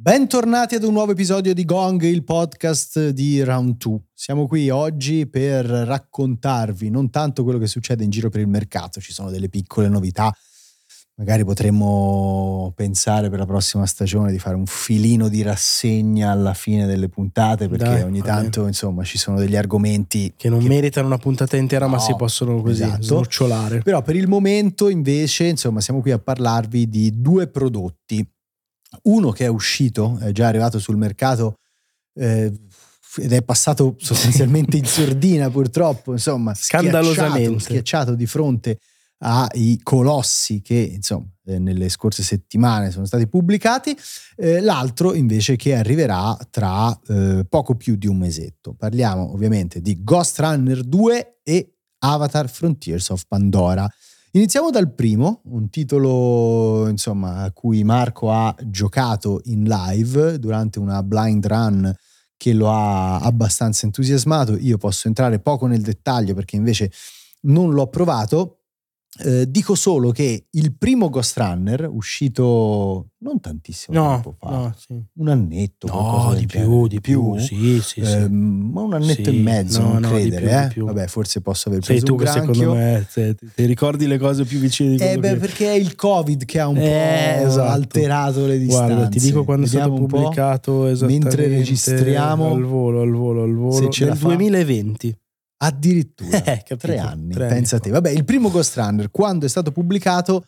Bentornati ad un nuovo episodio di Gong, il podcast di Round 2. Siamo qui oggi per raccontarvi non tanto quello che succede in giro per il mercato, ci sono delle piccole novità, magari potremmo pensare per la prossima stagione di fare un filino di rassegna alla fine delle puntate, perché ogni tanto insomma ci sono degli argomenti che non meritano una puntata intera, ma si possono così snocciolare. Però per il momento invece insomma siamo qui a parlarvi di due prodotti. Uno che è uscito, è già arrivato sul mercato ed è passato sostanzialmente in sordina purtroppo, insomma, scandalosamente schiacciato di fronte ai colossi che insomma nelle scorse settimane sono stati pubblicati. L'altro invece che arriverà tra poco più di un mesetto. Parliamo ovviamente di Ghost Runner 2 e Avatar Frontiers of Pandora. Iniziamo dal primo, un titolo insomma a cui Marco ha giocato in live durante una blind run che lo ha abbastanza entusiasmato. Io posso entrare poco nel dettaglio perché invece non l'ho provato. Dico solo che il primo Ghost Runner, uscito non tantissimo tempo fa, un annetto, di più, sì, ma un annetto e mezzo, non credere, di più. Vabbè, forse posso aver preso tu un granchio. Secondo me ti ricordi le cose più vicine di quello perché è il Covid che ha un po' alterato le distanze. Guarda, ti dico quando è stato pubblicato esattamente, mentre registriamo al volo se ce nel 2020. Addirittura 3 anni, pensa te. Vabbè, il primo Ghost Runner quando è stato pubblicato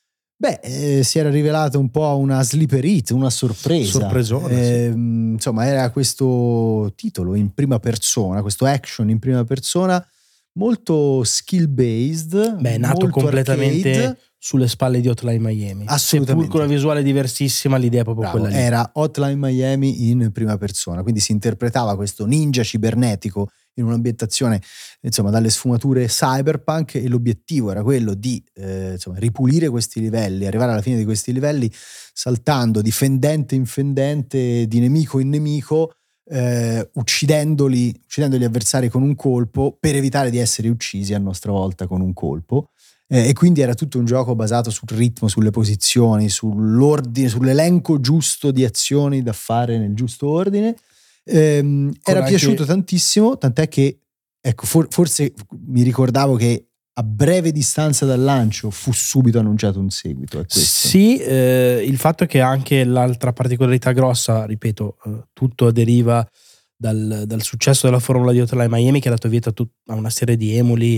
si era rivelato un po' una sleeper hit, una sorpresone, insomma era questo titolo in prima persona, questo action in prima persona molto skill based, nato completamente arcade, sulle spalle di Hotline Miami. Assolutamente. Seppur con una visuale diversissima, l'idea è proprio quella lì. Era Hotline Miami in prima persona, quindi si interpretava questo ninja cibernetico in un'ambientazione insomma dalle sfumature cyberpunk, e l'obiettivo era quello di ripulire questi livelli, arrivare alla fine di questi livelli saltando di fendente in fendente, di nemico in nemico, uccidendo gli avversari con un colpo per evitare di essere uccisi a nostra volta con un colpo. E quindi era tutto un gioco basato sul ritmo, sulle posizioni, sull'ordine, sull'elenco giusto di azioni da fare nel giusto ordine. Era piaciuto tantissimo, tant'è che ecco, forse mi ricordavo che a breve distanza dal lancio fu subito annunciato un seguito. È questo. Sì, il fatto è che anche l'altra particolarità grossa, ripeto, tutto deriva dal successo della formula di Hotline Miami, che ha dato vita a una serie di emuli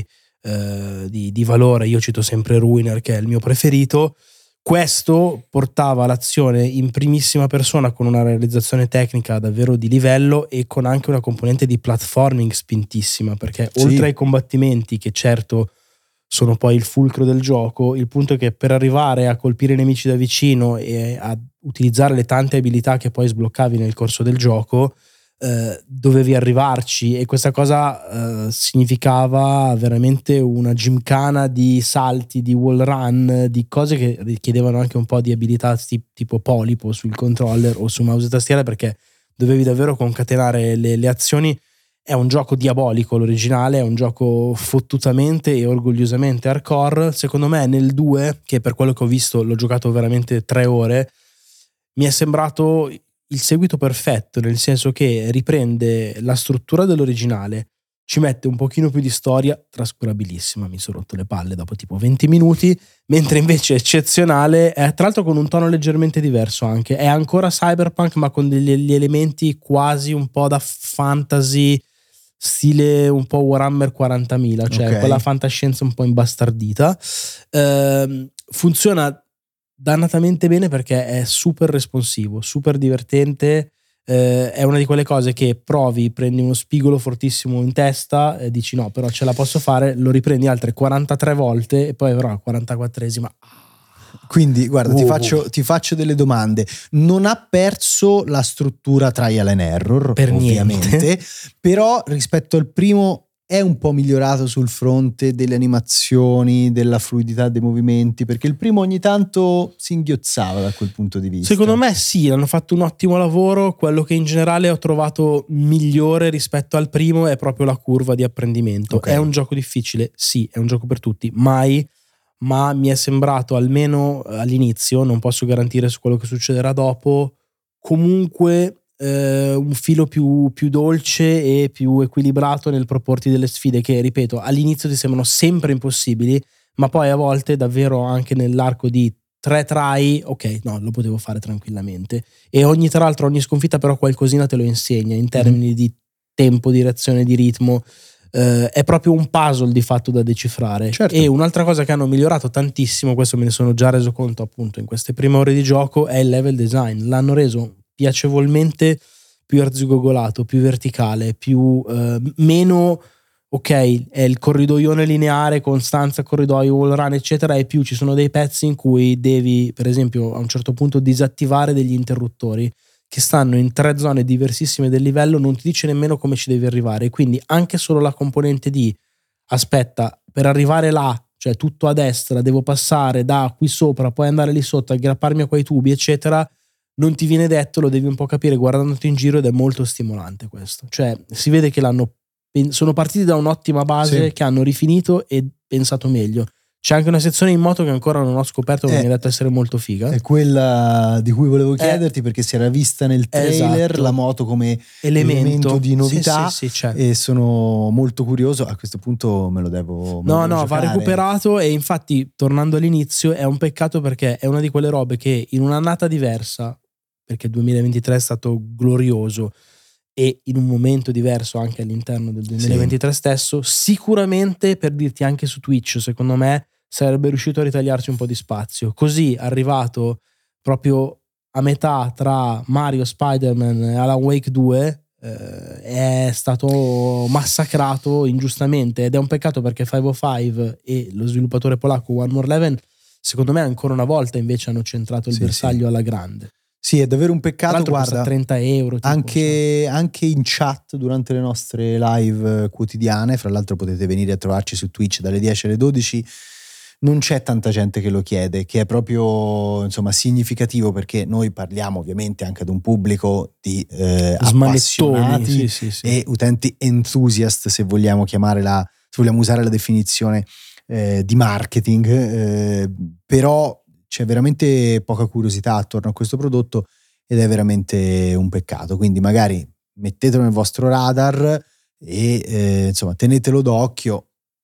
di valore. Io cito sempre Ruiner, che è il mio preferito. Questo portava l'azione in primissima persona con una realizzazione tecnica davvero di livello e con anche una componente di platforming spintissima, perché oltre ai combattimenti, che certo sono poi il fulcro del gioco, il punto è che per arrivare a colpire i nemici da vicino e a utilizzare le tante abilità che poi sbloccavi nel corso del gioco, dovevi arrivarci, e questa cosa significava veramente una gymkhana di salti, di wall run, di cose che richiedevano anche un po' di abilità tipo polipo sul controller o su mouse e tastiera, perché dovevi davvero concatenare le azioni. È un gioco diabolico l'originale, è un gioco fottutamente e orgogliosamente hardcore. Secondo me nel 2, che per quello che ho visto l'ho giocato veramente 3 ore, mi è sembrato il seguito perfetto, nel senso che riprende la struttura dell'originale, ci mette un pochino più di storia, trascurabilissima, mi sono rotto le palle dopo tipo 20 minuti, mentre invece eccezionale è, tra l'altro con un tono leggermente diverso anche, è ancora cyberpunk ma con degli elementi quasi un po' da fantasy, stile un po' Warhammer 40.000, cioè quella fantascienza un po' imbastardita. Funziona dannatamente bene perché è super responsivo, super divertente. È una di quelle cose che provi, prendi uno spigolo fortissimo in testa e dici no, però ce la posso fare, lo riprendi altre 43 volte e poi però al 44esima quindi guarda, ti faccio delle domande. Non ha perso la struttura trial and error per ovviamente niente. Però rispetto al primo è un po' migliorato sul fronte delle animazioni, della fluidità dei movimenti, perché il primo ogni tanto si inghiozzava da quel punto di vista. Secondo me sì, hanno fatto un ottimo lavoro. Quello che in generale ho trovato migliore rispetto al primo è proprio la curva di apprendimento. È un gioco difficile, sì, è un gioco per tutti, ma mi è sembrato, almeno all'inizio, non posso garantire su quello che succederà dopo, comunque un filo più dolce e più equilibrato nel proporti delle sfide che, ripeto, all'inizio ti sembrano sempre impossibili, ma poi a volte davvero anche nell'arco di 3 try, ok, no, lo potevo fare tranquillamente. E ogni sconfitta però qualcosina te lo insegna in termini di tempo, di reazione, di ritmo. È proprio un puzzle di fatto da decifrare. Certo. E un'altra cosa che hanno migliorato tantissimo, questo me ne sono già reso conto appunto in queste prime ore di gioco, è il level design. L'hanno reso piacevolmente più arzigogolato, più verticale, più meno ok, è il corridoione lineare con stanza, corridoio, wall run eccetera, e più ci sono dei pezzi in cui devi per esempio a un certo punto disattivare degli interruttori che stanno in 3 zone diversissime del livello, non ti dice nemmeno come ci devi arrivare, quindi anche solo la componente di aspetta, per arrivare là, cioè tutto a destra, devo passare da qui sopra, poi andare lì sotto, aggrapparmi a quei tubi eccetera, non ti viene detto, lo devi un po' capire guardandoti in giro, ed è molto stimolante questo. Cioè si vede che sono partiti da un'ottima base, che hanno rifinito e pensato meglio. C'è anche una sezione in moto che ancora non ho scoperto, che mi ha detto essere molto figa. È quella di cui volevo chiederti, perché si era vista nel trailer, esatto, la moto come elemento di novità, sì, e sono molto curioso. A questo punto me lo devo No, va recuperato. E infatti, tornando all'inizio, è un peccato perché è una di quelle robe che in un'annata diversa, perché il 2023 è stato glorioso, e in un momento diverso anche all'interno del 2023 stesso, sicuramente, per dirti, anche su Twitch secondo me sarebbe riuscito a ritagliarsi un po' di spazio. Così, arrivato proprio a metà tra Mario, Spider-Man e Alan Wake 2, è stato massacrato ingiustamente, ed è un peccato perché 505 e lo sviluppatore polacco One More Eleven secondo me ancora una volta invece hanno centrato il bersaglio alla grande. Sì, è davvero un peccato. Guarda, costa €30 tipo, anche in chat durante le nostre live quotidiane, fra l'altro potete venire a trovarci su Twitch dalle 10 alle 12, non c'è tanta gente che lo chiede, che è proprio insomma significativo, perché noi parliamo ovviamente anche ad un pubblico di appassionati e utenti enthusiast, se vogliamo usare la definizione di marketing, però c'è veramente poca curiosità attorno a questo prodotto ed è veramente un peccato. Quindi magari mettetelo nel vostro radar e insomma tenetelo d'occhio.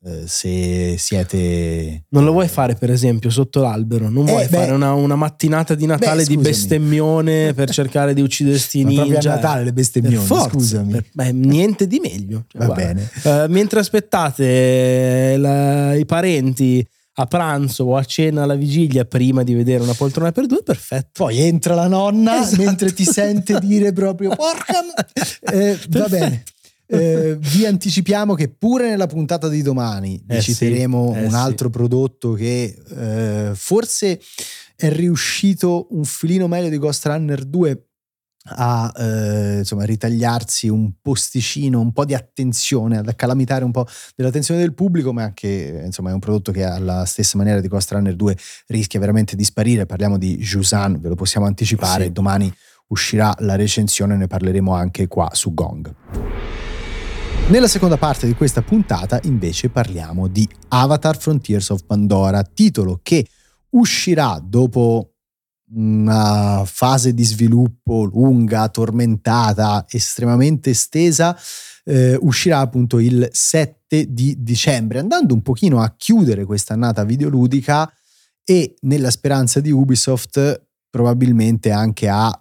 Se siete... Non lo vuoi fare per esempio sotto l'albero? Non vuoi fare una mattinata di Natale di bestemmione per cercare di uccidersti i ninja? Ma proprio a Natale le bestemmioni, scusami. Niente di meglio. Va bene. Mentre aspettate i parenti a pranzo o a cena alla vigilia, prima di vedere Una poltrona per due, perfetto. Poi entra la nonna, mentre ti sente dire proprio porca... va bene. Vi anticipiamo che pure nella puntata di domani vi citeremo un altro prodotto che forse è riuscito un filino meglio di Ghost Runner 2 a ritagliarsi un posticino, un po' di attenzione, ad accalamitare un po' dell'attenzione del pubblico, ma anche insomma è un prodotto che alla stessa maniera di Ghost Runner 2 rischia veramente di sparire. Parliamo di Jusan, ve lo possiamo anticipare, domani uscirà la recensione, ne parleremo anche qua su Gong. Nella seconda parte di questa puntata invece parliamo di Avatar Frontiers of Pandora, titolo che uscirà dopo una fase di sviluppo lunga, tormentata, estremamente estesa. Uscirà appunto il 7 di dicembre, andando un pochino a chiudere questa annata videoludica e nella speranza di Ubisoft probabilmente anche a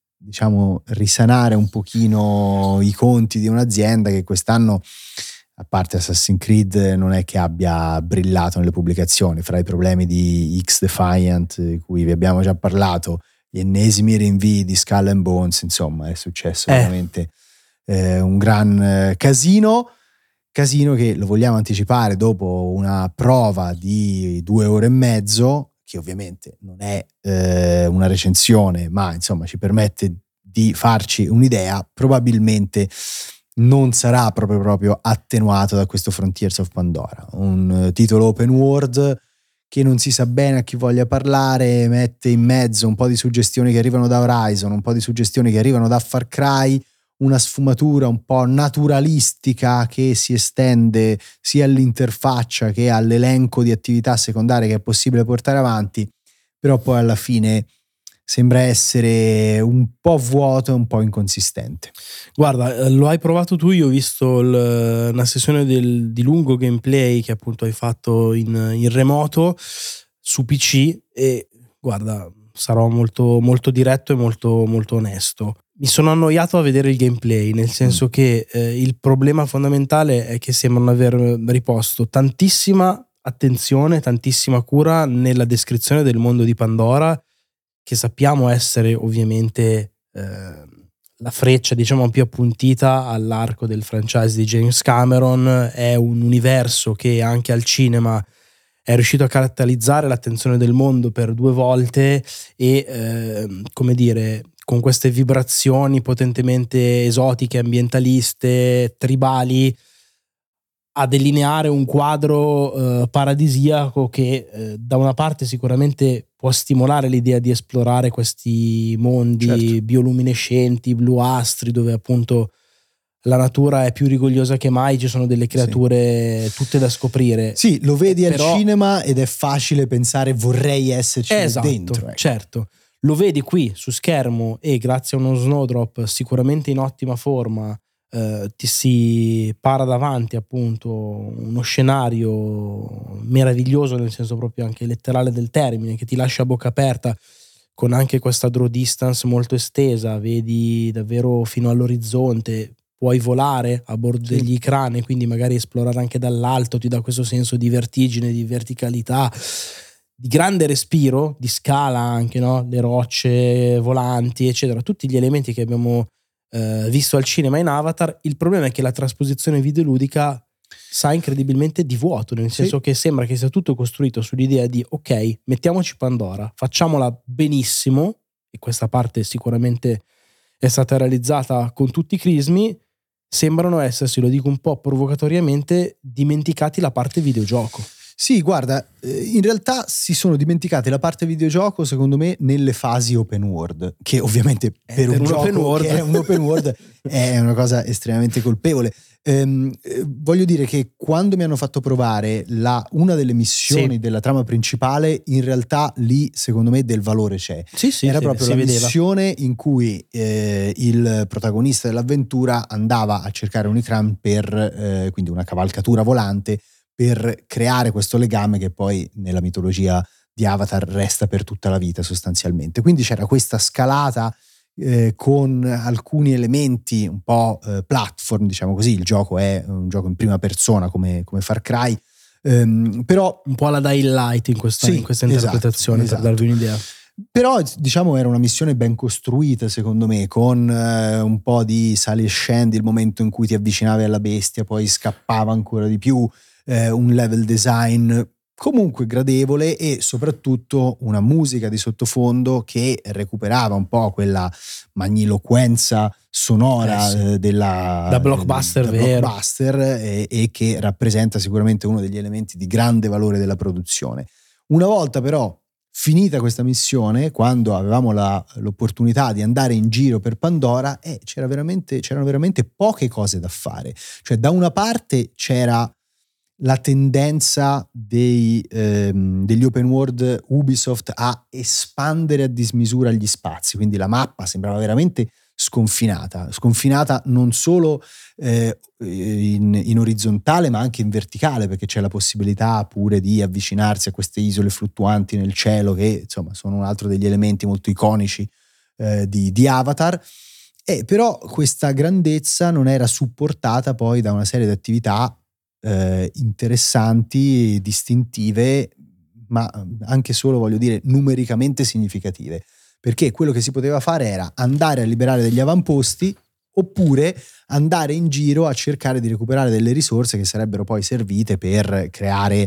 risanare un pochino i conti di un'azienda che quest'anno, a parte Assassin's Creed, non è che abbia brillato nelle pubblicazioni. Fra i problemi di X-Defiant, di cui vi abbiamo già parlato, gli ennesimi rinvii di Skull and Bones, insomma è successo veramente un gran casino che lo vogliamo anticipare dopo una prova di 2 ore e mezzo, che ovviamente non è una recensione, ma insomma ci permette di farci un'idea. Probabilmente non sarà proprio attenuato da questo Frontiers of Pandora, un titolo open world che non si sa bene a chi voglia parlare, mette in mezzo un po' di suggestioni che arrivano da Horizon, un po' di suggestioni che arrivano da Far Cry, una sfumatura un po' naturalistica che si estende sia all'interfaccia che all'elenco di attività secondarie che è possibile portare avanti, però poi alla fine sembra essere un po' vuoto e un po' inconsistente. Guarda, lo hai provato tu, io ho visto una sessione di lungo gameplay che appunto hai fatto in remoto su PC e guarda, sarò molto, molto diretto e molto, molto onesto. Mi sono annoiato a vedere il gameplay, nel senso che il problema fondamentale è che sembrano aver riposto tantissima attenzione, tantissima cura nella descrizione del mondo di Pandora, che sappiamo essere ovviamente la freccia diciamo più appuntita all'arco del franchise di James Cameron. È un universo che anche al cinema è riuscito a catalizzare l'attenzione del mondo per 2 volte e come dire, con queste vibrazioni potentemente esotiche, ambientaliste, tribali, a delineare un quadro paradisiaco che da una parte sicuramente può stimolare l'idea di esplorare questi mondi, certo, bioluminescenti, bluastri, dove appunto la natura è più rigogliosa che mai, ci sono delle creature tutte da scoprire. Sì, lo vedi al cinema ed è facile pensare vorrei esserci dentro. Ecco. Certo. Lo vedi qui su schermo e grazie a uno snowdrop sicuramente in ottima forma ti si para davanti appunto uno scenario meraviglioso, nel senso proprio anche letterale del termine, che ti lascia a bocca aperta, con anche questa draw distance molto estesa, vedi davvero fino all'orizzonte, puoi volare a bordo degli crani, quindi magari esplorare anche dall'alto, ti dà questo senso di vertigine, di verticalità, di grande respiro, di scala anche, no? Le rocce volanti eccetera, tutti gli elementi che abbiamo visto al cinema in Avatar. Il problema è che la trasposizione videoludica sa incredibilmente di vuoto, nel senso che sembra che sia tutto costruito sull'idea di ok, mettiamoci Pandora, facciamola benissimo, e questa parte sicuramente è stata realizzata con tutti i crismi. Sembrano essersi, lo dico un po' provocatoriamente, dimenticati la parte videogioco. Sì, guarda, in realtà si sono dimenticati la parte videogioco, secondo me, nelle fasi open world, che ovviamente per un gioco che è un open world è una cosa estremamente colpevole. Voglio dire che quando mi hanno fatto provare una delle missioni della trama principale, in realtà lì secondo me del valore c'è. Era proprio la missione in cui il protagonista dell'avventura andava a cercare un Ikran per quindi una cavalcatura volante, per creare questo legame che poi nella mitologia di Avatar resta per tutta la vita sostanzialmente. Quindi c'era questa scalata con alcuni elementi un po' platform, diciamo così. Il gioco è un gioco in prima persona come Far Cry, però un po' alla Dying Light in questa interpretazione, per darvi un'idea. Però diciamo era una missione ben costruita secondo me, con un po' di sali e scendi, il momento in cui ti avvicinavi alla bestia poi scappava ancora di più, un level design comunque gradevole e soprattutto una musica di sottofondo che recuperava un po' quella magniloquenza sonora da blockbuster e che rappresenta sicuramente uno degli elementi di grande valore della produzione. Una volta però finita questa missione, quando avevamo l'opportunità di andare in giro per Pandora, c'erano veramente poche cose da fare. Cioè, da una parte c'era la tendenza degli open world Ubisoft a espandere a dismisura gli spazi, quindi la mappa sembrava veramente sconfinata non solo in orizzontale ma anche in verticale, perché c'è la possibilità pure di avvicinarsi a queste isole fluttuanti nel cielo che insomma sono un altro degli elementi molto iconici di Avatar. Però questa grandezza non era supportata poi da una serie di attività interessanti, distintive, ma anche solo, voglio dire, numericamente significative, perché quello che si poteva fare era andare a liberare degli avamposti oppure andare in giro a cercare di recuperare delle risorse che sarebbero poi servite per creare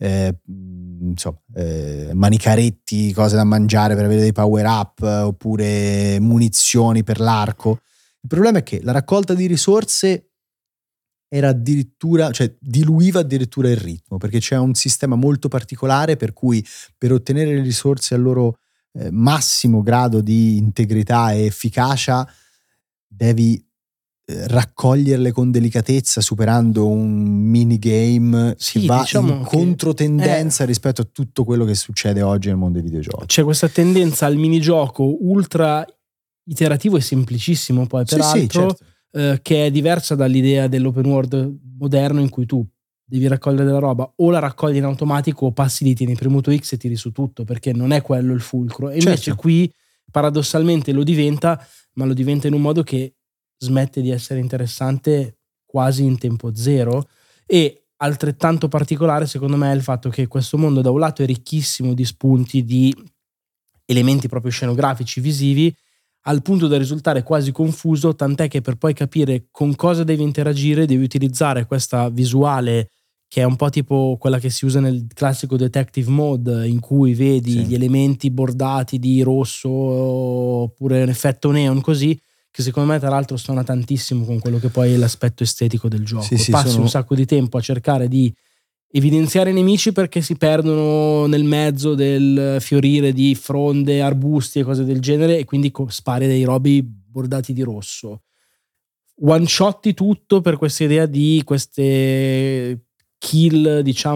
manicaretti, cose da mangiare per avere dei power up, oppure munizioni per l'arco. Il problema è che la raccolta di risorse era addirittura, cioè diluiva addirittura il ritmo, perché c'è un sistema molto particolare per cui per ottenere le risorse al loro massimo grado di integrità e efficacia devi raccoglierle con delicatezza superando un minigame che va in controtendenza rispetto a tutto quello che succede oggi nel mondo dei videogiochi. C'è questa tendenza al minigioco ultra iterativo e semplicissimo poi peraltro, certo. Che è diversa dall'idea dell'open world moderno in cui tu devi raccogliere della roba, o la raccogli in automatico o passi lì, tieni premuto X e tiri su tutto, perché non è quello il fulcro. E invece qui paradossalmente lo diventa, ma lo diventa in un modo che smette di essere interessante quasi in tempo zero. E altrettanto particolare secondo me è il fatto che questo mondo da un lato è ricchissimo di spunti, di elementi proprio scenografici, visivi, al punto da risultare quasi confuso, tant'è che per poi capire con cosa devi interagire devi utilizzare questa visuale che è un po' tipo quella che si usa nel classico detective mode, in cui vedi gli elementi bordati di rosso oppure un effetto neon, così, che secondo me tra l'altro suona tantissimo con quello che poi è l'aspetto estetico del gioco. Passi un sacco di tempo a cercare di evidenziare i nemici perché si perdono nel mezzo del fiorire di fronde, arbusti e cose del genere, e quindi spari dei robi bordati di rosso. One shotti tutto per questa idea di queste kill,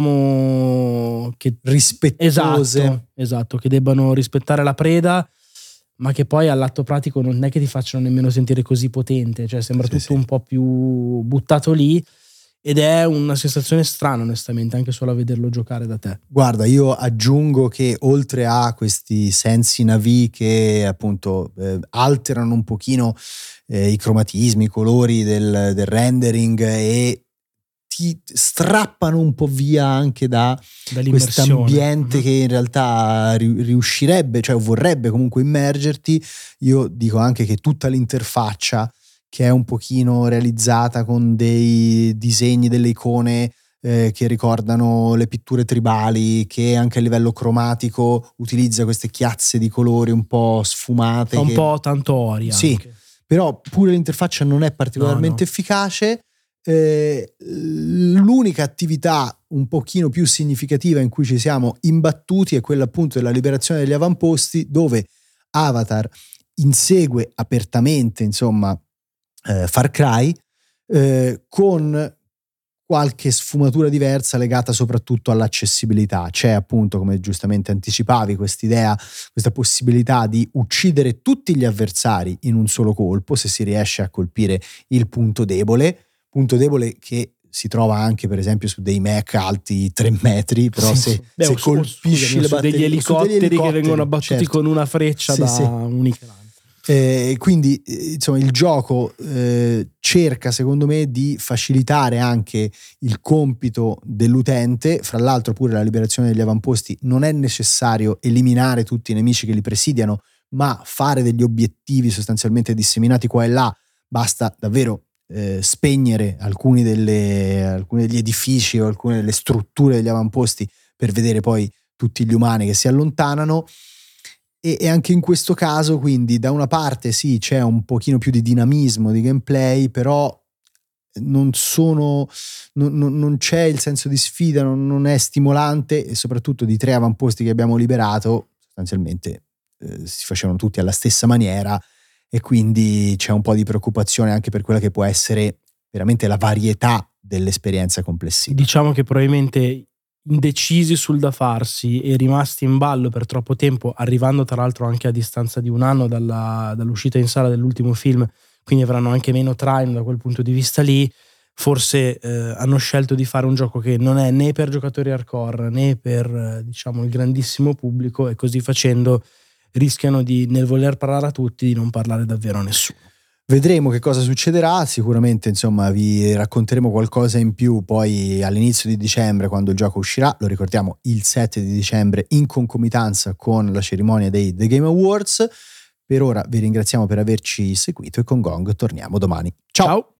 diciamo, che rispettose. Esatto, che debbano rispettare la preda, ma che poi all'atto pratico non è che ti facciano nemmeno sentire così potente, cioè sembra tutto un po' più buttato lì, ed è una sensazione strana onestamente anche solo a vederlo giocare da te. Guarda, io aggiungo che oltre a questi sensi navi che appunto alterano un pochino i cromatismi, i colori del rendering e ti strappano un po' via anche da quest'ambiente che in realtà riuscirebbe, cioè vorrebbe comunque immergerti. Io dico anche che tutta l'interfaccia, che è un pochino realizzata con dei disegni, delle icone che ricordano le pitture tribali, che anche a livello cromatico utilizza queste chiazze di colori un po' sfumate. Un po' tanto ori anche. Sì, però pure l'interfaccia non è particolarmente efficace. L'unica attività un pochino più significativa in cui ci siamo imbattuti è quella appunto della liberazione degli avamposti, dove Avatar insegue apertamente insomma Far Cry, con qualche sfumatura diversa legata soprattutto all'accessibilità. C'è appunto, come giustamente anticipavi, questa possibilità di uccidere tutti gli avversari in un solo colpo se si riesce a colpire il punto debole che si trova anche per esempio su dei mech alti 3 metri, però se colpisci le batterie, degli elicotteri che vengono abbattuti con una freccia un icrante. Quindi insomma il gioco cerca secondo me di facilitare anche il compito dell'utente. Fra l'altro pure la liberazione degli avamposti non è necessario eliminare tutti i nemici che li presidiano, ma fare degli obiettivi sostanzialmente disseminati qua e là. Basta davvero spegnere alcuni degli edifici o alcune delle strutture degli avamposti per vedere poi tutti gli umani che si allontanano. E anche in questo caso quindi da una parte sì, c'è un pochino più di dinamismo di gameplay, però non c'è il senso di sfida, non è stimolante, e soprattutto di 3 avamposti che abbiamo liberato sostanzialmente si facevano tutti alla stessa maniera, e quindi c'è un po' di preoccupazione anche per quella che può essere veramente la varietà dell'esperienza complessiva. Diciamo che probabilmente indecisi sul da farsi e rimasti in ballo per troppo tempo, arrivando tra l'altro anche a distanza di un anno dall'uscita in sala dell'ultimo film, quindi avranno anche meno traino da quel punto di vista lì, forse hanno scelto di fare un gioco che non è né per giocatori hardcore né per diciamo il grandissimo pubblico, e così facendo rischiano di, nel voler parlare a tutti, di non parlare davvero a nessuno. Vedremo che cosa succederà, sicuramente insomma vi racconteremo qualcosa in più poi all'inizio di dicembre, quando il gioco uscirà. Lo ricordiamo, il 7 di dicembre, in concomitanza con la cerimonia dei The Game Awards. Per ora vi ringraziamo per averci seguito e con Gong torniamo domani. Ciao!